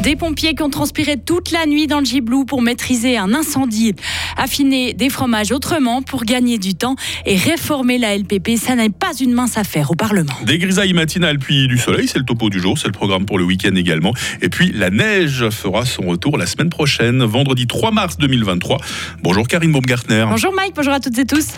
Des pompiers qui ont transpiré toute la nuit dans le Giblou pour maîtriser un incendie. Affiner des fromages autrement pour gagner du temps et réformer la LPP, ça n'est pas une mince affaire au Parlement. Des grisailles matinales puis du soleil, c'est le topo du jour, c'est le programme pour le week-end également. Et puis la neige fera son retour la semaine prochaine, vendredi 3 mars 2023. Bonjour Karine Baumgartner. Bonjour Mike, bonjour à toutes et tous.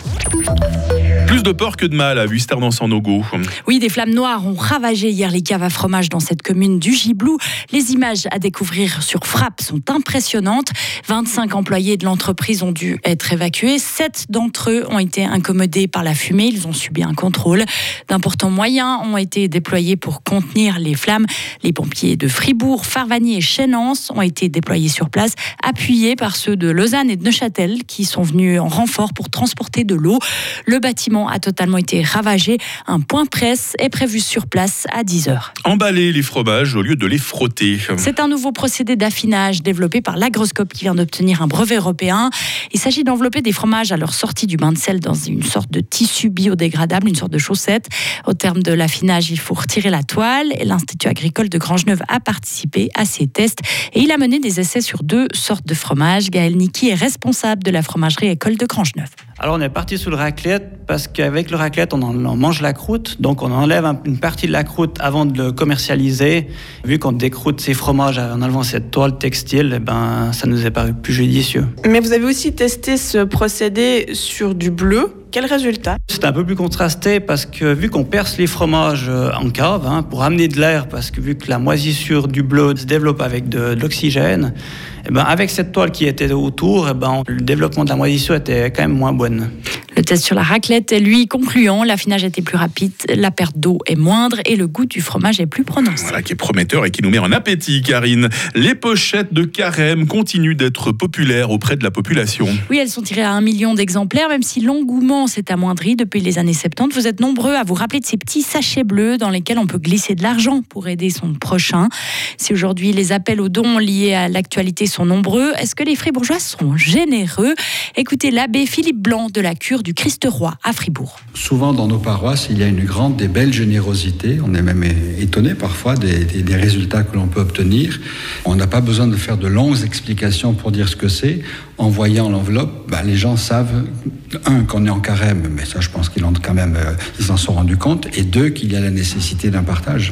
Plus de peur que de mal à Vuisternens-en-Nogo. Oui, des flammes noires ont ravagé hier les caves à fromage dans cette commune du Giblou. Les images à découvrir sur Frappe sont impressionnantes. 25 employés de l'entreprise ont dû être évacués. 7 d'entre eux ont été incommodés par la fumée. Ils ont subi un contrôle. D'importants moyens ont été déployés pour contenir les flammes. Les pompiers de Fribourg, Farvagny et Chénance ont été déployés sur place, appuyés par ceux de Lausanne et de Neuchâtel qui sont venus en renfort pour transporter de l'eau. Le bâtiment a totalement été ravagé. Un point presse est prévu sur place à 10h. Emballer les fromages au lieu de les frotter. C'est un nouveau procédé d'affinage développé par l'Agroscope qui vient d'obtenir un brevet européen. Il s'agit d'envelopper des fromages à leur sortie du bain de sel dans une sorte de tissu biodégradable, une sorte de chaussette. Au terme de l'affinage, il faut retirer la toile. Et l'Institut agricole de Grangeneuve a participé à ces tests et il a mené des essais sur 2 sortes de fromages. Gaël Niki est responsable de la fromagerie École de Grangeneuve. Alors on est parti sur le raclette parce qu'avec le raclette on mange la croûte, donc on enlève une partie de la croûte avant de le commercialiser. Vu qu'on décroûte ces fromages en enlevant cette toile textile, ça nous est paru plus judicieux. Mais vous avez aussi testé ce procédé sur du bleu. Quel résultat ? C'est un peu plus contrasté parce que vu qu'on perce les fromages en cave pour amener de l'air, parce que vu que la moisissure du bleu se développe avec de l'oxygène, avec cette toile qui était autour, le développement de la moisissure était quand même moins bonne. Le test sur la raclette est lui concluant. L'affinage était plus rapide, la perte d'eau est moindre et le goût du fromage est plus prononcé. Voilà qui est prometteur et qui nous met en appétit, Karine. Les pochettes de carême continuent d'être populaires auprès de la population. Oui, elles sont tirées à 1 million d'exemplaires, même si l'engouement s'est amoindri depuis les années 70. Vous êtes nombreux à vous rappeler de ces petits sachets bleus dans lesquels on peut glisser de l'argent pour aider son prochain. Si aujourd'hui les appels aux dons liés à l'actualité sont nombreux, est-ce que les Fribourgeois sont généreux ? Écoutez l'abbé Philippe Blanc de la cure du Christ-Roi à Fribourg. Souvent dans nos paroisses, il y a une grande, des belles générosités. On est même étonné parfois des résultats que l'on peut obtenir. On n'a pas besoin de faire de longues explications pour dire ce que c'est. En voyant l'enveloppe, les gens savent, 1, qu'on est en carême, mais ça je pense qu'ils s'en sont rendus compte, et 2, qu'il y a la nécessité d'un partage.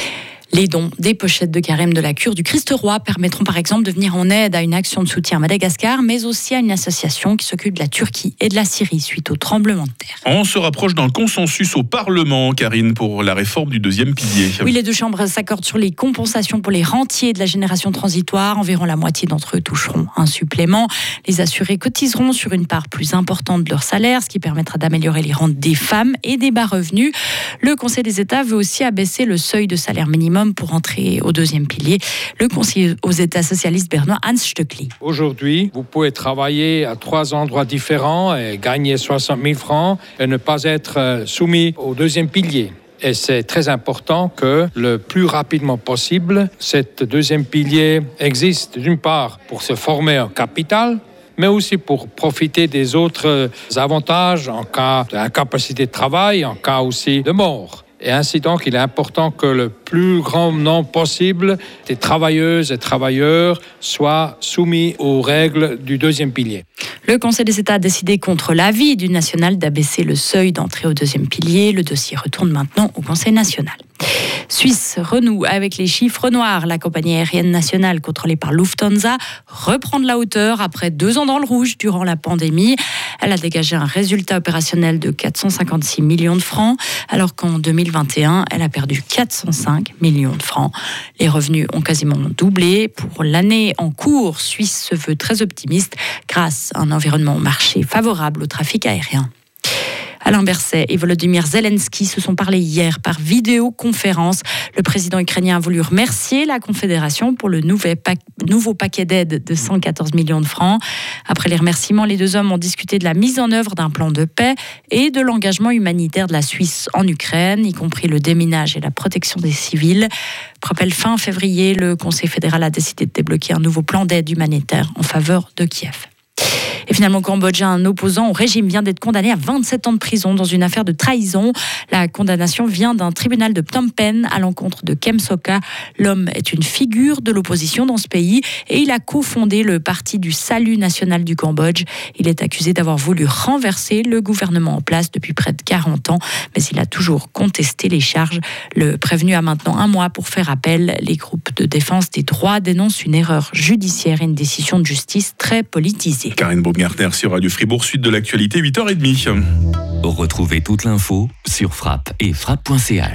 Les dons des pochettes de carême de la cure du Christ-Roi permettront par exemple de venir en aide à une action de soutien à Madagascar, mais aussi à une association qui s'occupe de la Turquie et de la Syrie suite au tremblement de terre. On se rapproche d'un consensus au Parlement, Karine, pour la réforme du 2e pilier. Oui, les 2 chambres s'accordent sur les compensations pour les rentiers de la génération transitoire. Environ la moitié d'entre eux toucheront un supplément. Les assurés cotiseront sur une part plus importante de leur salaire, ce qui permettra d'améliorer les rentes des femmes et des bas revenus. Le Conseil des États veut aussi abaisser le seuil de salaire minimum pour entrer au 2e pilier. Le conseiller aux États socialistes bernois, Hans Stöckli. Aujourd'hui, vous pouvez travailler à 3 endroits différents et gagner 60 000 francs et ne pas être soumis au 2e pilier. Et c'est très important que le plus rapidement possible, cette 2e pilier existe d'une part pour se former en capital, mais aussi pour profiter des autres avantages en cas d'incapacité de travail, en cas aussi de mort. Et ainsi donc, il est important que le plus grand nombre possible des travailleuses et travailleurs soient soumis aux règles du 2e pilier. Le Conseil des États a décidé contre l'avis du national d'abaisser le seuil d'entrée au 2e pilier. Le dossier retourne maintenant au Conseil national. Suisse renoue avec les chiffres noirs. La compagnie aérienne nationale contrôlée par Lufthansa reprend de la hauteur après 2 ans dans le rouge durant la pandémie. Elle a dégagé un résultat opérationnel de 456 millions de francs, alors qu'en 2021, elle a perdu 405 millions de francs. Les revenus ont quasiment doublé. Pour l'année en cours, Suisse se veut très optimiste grâce à un environnement marché favorable au trafic aérien. Alain Berset et Volodymyr Zelensky se sont parlé hier par vidéoconférence. Le président ukrainien a voulu remercier la Confédération pour le nouveau paquet d'aide de 114 millions de francs. Après les remerciements, les 2 hommes ont discuté de la mise en œuvre d'un plan de paix et de l'engagement humanitaire de la Suisse en Ukraine, y compris le déminage et la protection des civils. Pour rappel, fin février, le Conseil fédéral a décidé de débloquer un nouveau plan d'aide humanitaire en faveur de Kiev. Et finalement, au Cambodge, un opposant au régime vient d'être condamné à 27 ans de prison dans une affaire de trahison. La condamnation vient d'un tribunal de Phnom Penh à l'encontre de Kem Sokha. L'homme est une figure de l'opposition dans ce pays et il a cofondé le Parti du Salut national du Cambodge. Il est accusé d'avoir voulu renverser le gouvernement en place depuis près de 40 ans, mais il a toujours contesté les charges. Le prévenu a maintenant un mois pour faire appel. Les groupes de défense des droits dénoncent une erreur judiciaire et une décision de justice très politisée. Karine Baumgartner sur Radio Fribourg, suite de l'actualité, 8h30. Retrouvez toute l'info sur frappe et frappe.ch.